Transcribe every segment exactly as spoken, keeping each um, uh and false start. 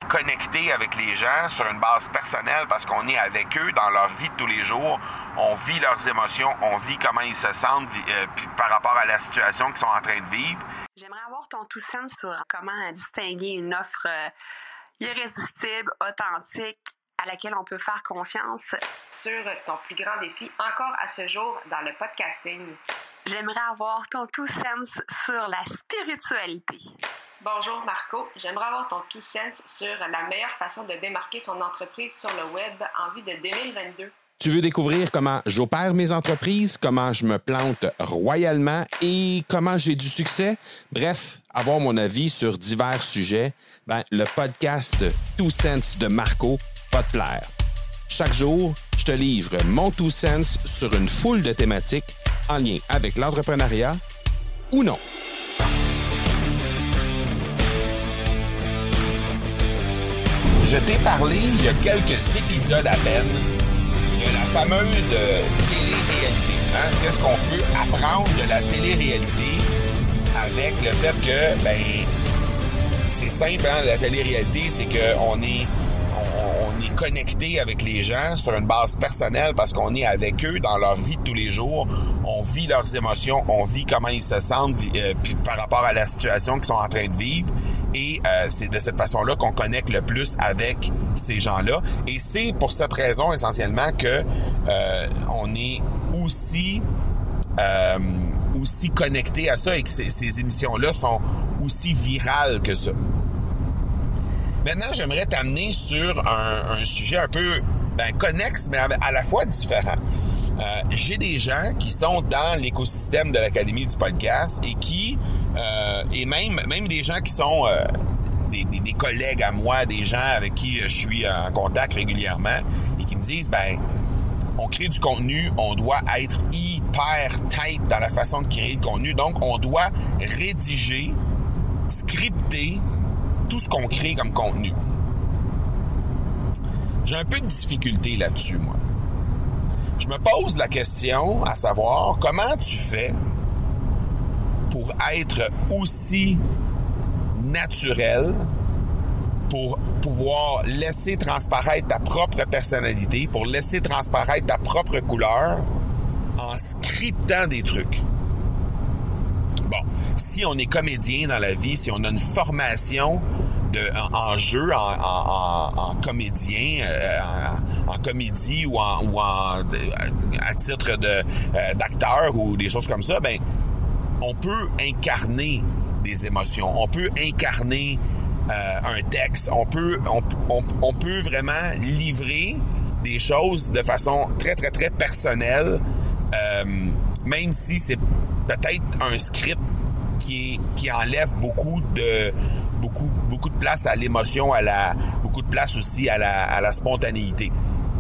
connecter avec les gens sur une base personnelle parce qu'on est avec eux dans leur vie de tous les jours. On vit leurs émotions, on vit comment ils se sentent euh, puis par rapport à la situation qu'ils sont en train de vivre. J'aimerais avoir ton tout sens sur comment distinguer une offre euh, irrésistible, authentique, à laquelle on peut faire confiance. Sur ton plus grand défi encore à ce jour dans le podcasting. J'aimerais avoir ton tout sens sur la spiritualité. Bonjour Marco, j'aimerais avoir ton tout sens sur la meilleure façon de démarquer son entreprise sur le web en vue de deux mille vingt-deux. Tu veux découvrir comment j'opère mes entreprises, comment je me plante royalement et comment j'ai du succès? Bref, avoir mon avis sur divers sujets, ben, le podcast Two Cents de Marco va te plaire. Chaque jour, je te livre mon Two Cents sur une foule de thématiques en lien avec l'entrepreneuriat ou non. Je t'ai parlé il y a quelques épisodes à peine de la fameuse euh, télé-réalité. Hein? Qu'est-ce qu'on peut apprendre de la télé-réalité avec le fait que, ben, c'est simple, hein? La télé-réalité, c'est qu'on est, on, on est connecté avec les gens sur une base personnelle parce qu'on est avec eux dans leur vie de tous les jours. On vit leurs émotions, on vit comment ils se sentent euh, puis par rapport à la situation qu'ils sont en train de vivre. Et euh, c'est de cette façon-là qu'on connecte le plus avec ces gens-là. Et c'est pour cette raison essentiellement que euh, on est aussi euh, aussi connecté à ça et que ces, ces émissions-là sont aussi virales que ça. Maintenant, j'aimerais t'amener sur un, un sujet un peu ben, connexe, mais à la fois différent. Euh, j'ai des gens qui sont dans l'écosystème de l'Académie du podcast et qui, euh, et même même des gens qui sont euh, des, des, des collègues à moi, des gens avec qui je suis en contact régulièrement et qui me disent, ben, on crée du contenu, on doit être hyper tight dans la façon de créer le contenu, donc on doit rédiger, scripter tout ce qu'on crée comme contenu. J'ai un peu de difficulté là-dessus, moi. Je me pose la question à savoir comment tu fais pour être aussi naturel, pour pouvoir laisser transparaître ta propre personnalité, pour laisser transparaître ta propre couleur en scriptant des trucs. Bon, si on est comédien dans la vie, si on a une formation de, en, en jeu, en, en, en comédien, euh, en, en comédie ou en, ou en de, à titre de euh, d'acteur ou des choses comme ça, ben on peut incarner des émotions, on peut incarner euh, un texte, on peut on, on, on peut vraiment livrer des choses de façon très très très personnelle, euh, même si c'est peut-être un script qui est, qui enlève beaucoup de beaucoup beaucoup de place à l'émotion, à la beaucoup de place aussi à la à la spontanéité.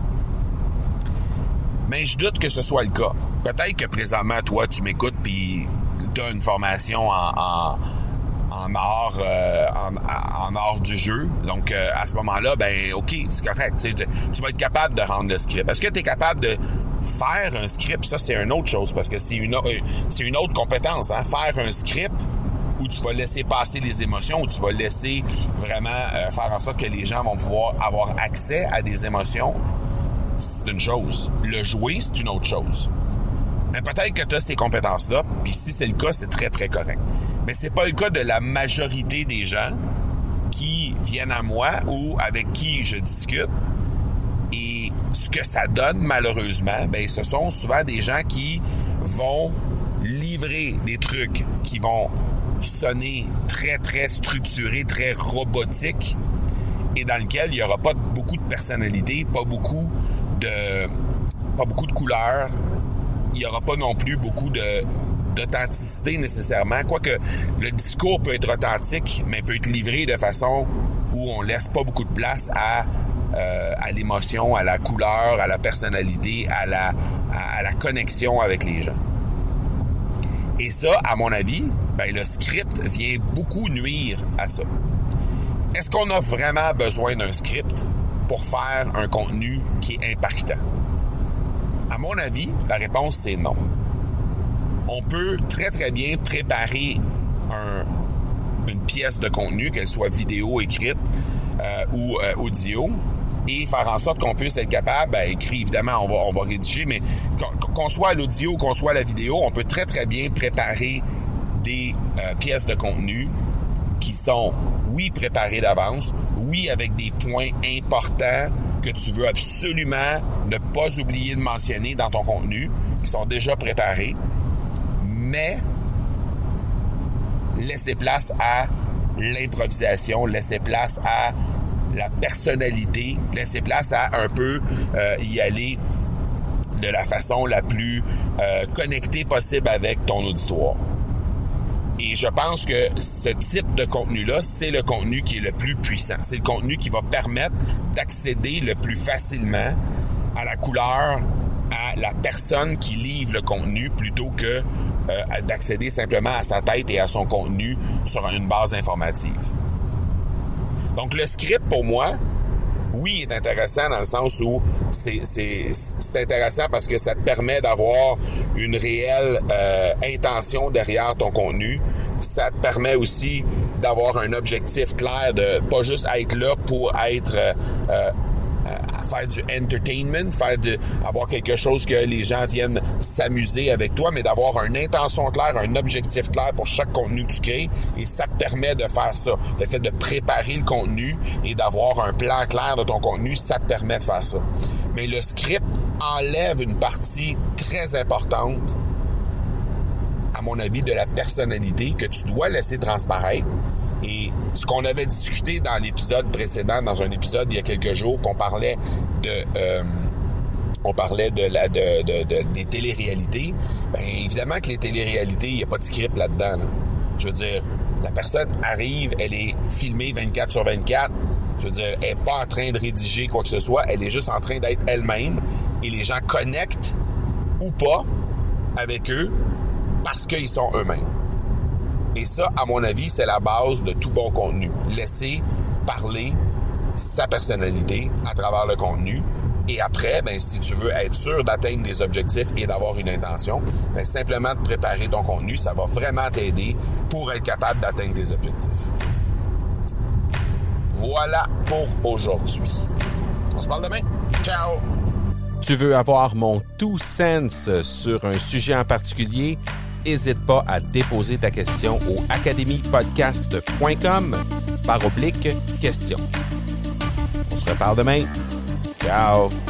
Mais je doute que ce soit le cas. Peut-être que présentement toi tu m'écoutes puis tu as une formation en en, en art euh, en, en art du jeu. Donc euh, à ce moment-là, ben OK, c'est correct, tu sais, tu vas être capable de rendre le script. Est-ce que tu es capable de faire un script? Ça c'est une autre chose parce que c'est une c'est une autre compétence, hein, faire un script où tu vas laisser passer les émotions, où tu vas laisser vraiment euh, faire en sorte que les gens vont pouvoir avoir accès à des émotions, c'est une chose. Le jouer, c'est une autre chose. Mais peut-être que tu as ces compétences-là, puis si c'est le cas, c'est très, très correct. Mais c'est pas le cas de la majorité des gens qui viennent à moi ou avec qui je discute. Et ce que ça donne, malheureusement, ben ce sont souvent des gens qui vont livrer des trucs qui vont sonner très, très structuré, très robotique et dans lequel il n'y aura pas beaucoup de personnalité, pas beaucoup de pas beaucoup de couleurs. Il n'y aura pas non plus beaucoup de d'authenticité nécessairement. Quoique le discours peut être authentique, mais peut être livré de façon où on laisse pas beaucoup de place à euh, à l'émotion, à la couleur, à la personnalité, à la à, à la connexion avec les gens. Et ça, à mon avis, ben le script vient beaucoup nuire à ça. Est-ce qu'on a vraiment besoin d'un script pour faire un contenu qui est impactant? À mon avis, la réponse, c'est non. On peut très, très bien préparer un, une pièce de contenu, qu'elle soit vidéo, écrite, euh, ou euh, audio et faire en sorte qu'on puisse être capable, ben, écrit évidemment, on va, on va rédiger, mais qu'on, qu'on soit à l'audio, qu'on soit à la vidéo, on peut très très bien préparer des euh, pièces de contenu qui sont, oui, préparées d'avance, oui, avec des points importants que tu veux absolument ne pas oublier de mentionner dans ton contenu, qui sont déjà préparés, mais laisser place à l'improvisation, laisser place à la personnalité, laisser place à un peu euh, y aller de la façon la plus euh, connectée possible avec ton auditoire. Et je pense que ce type de contenu-là, c'est le contenu qui est le plus puissant. C'est le contenu qui va permettre d'accéder le plus facilement à la couleur, à la personne qui livre le contenu, plutôt que euh, d'accéder simplement à sa tête et à son contenu sur une base informative. Donc, le script, pour moi, oui, est intéressant dans le sens où c'est, c'est, c'est intéressant parce que ça te permet d'avoir une réelle euh, intention derrière ton contenu. Ça te permet aussi d'avoir un objectif clair, de pas juste être là pour être euh, euh, faire du entertainment, faire de, avoir quelque chose que les gens viennent s'amuser avec toi, mais d'avoir une intention claire, un objectif clair pour chaque contenu que tu crées, et ça te permet de faire ça. Le fait de préparer le contenu et d'avoir un plan clair de ton contenu, ça te permet de faire ça. Mais le script enlève une partie très importante, à mon avis, de la personnalité que tu dois laisser transparaître. Et ce qu'on avait discuté dans l'épisode précédent, dans un épisode il y a quelques jours, qu'on parlait de, euh, on parlait de la, de, de, de des téléréalités. Bien évidemment que les téléréalités, il n'y a pas de script là-dedans. Là. Je veux dire, la personne arrive, elle est filmée vingt-quatre sur vingt-quatre. Je veux dire, elle n'est pas en train de rédiger quoi que ce soit. Elle est juste en train d'être elle-même. Et les gens connectent ou pas avec eux parce qu'ils sont eux-mêmes. Et ça, à mon avis, c'est la base de tout bon contenu. Laisser parler sa personnalité à travers le contenu. Et après, ben, si tu veux être sûr d'atteindre des objectifs et d'avoir une intention, ben, simplement de préparer ton contenu, ça va vraiment t'aider pour être capable d'atteindre tes objectifs. Voilà pour aujourd'hui. On se parle demain. Ciao! Tu veux avoir mon two cents sur un sujet en particulier? N'hésite pas à déposer ta question au academy podcast point com barre oblique question. On se reparle demain. Ciao!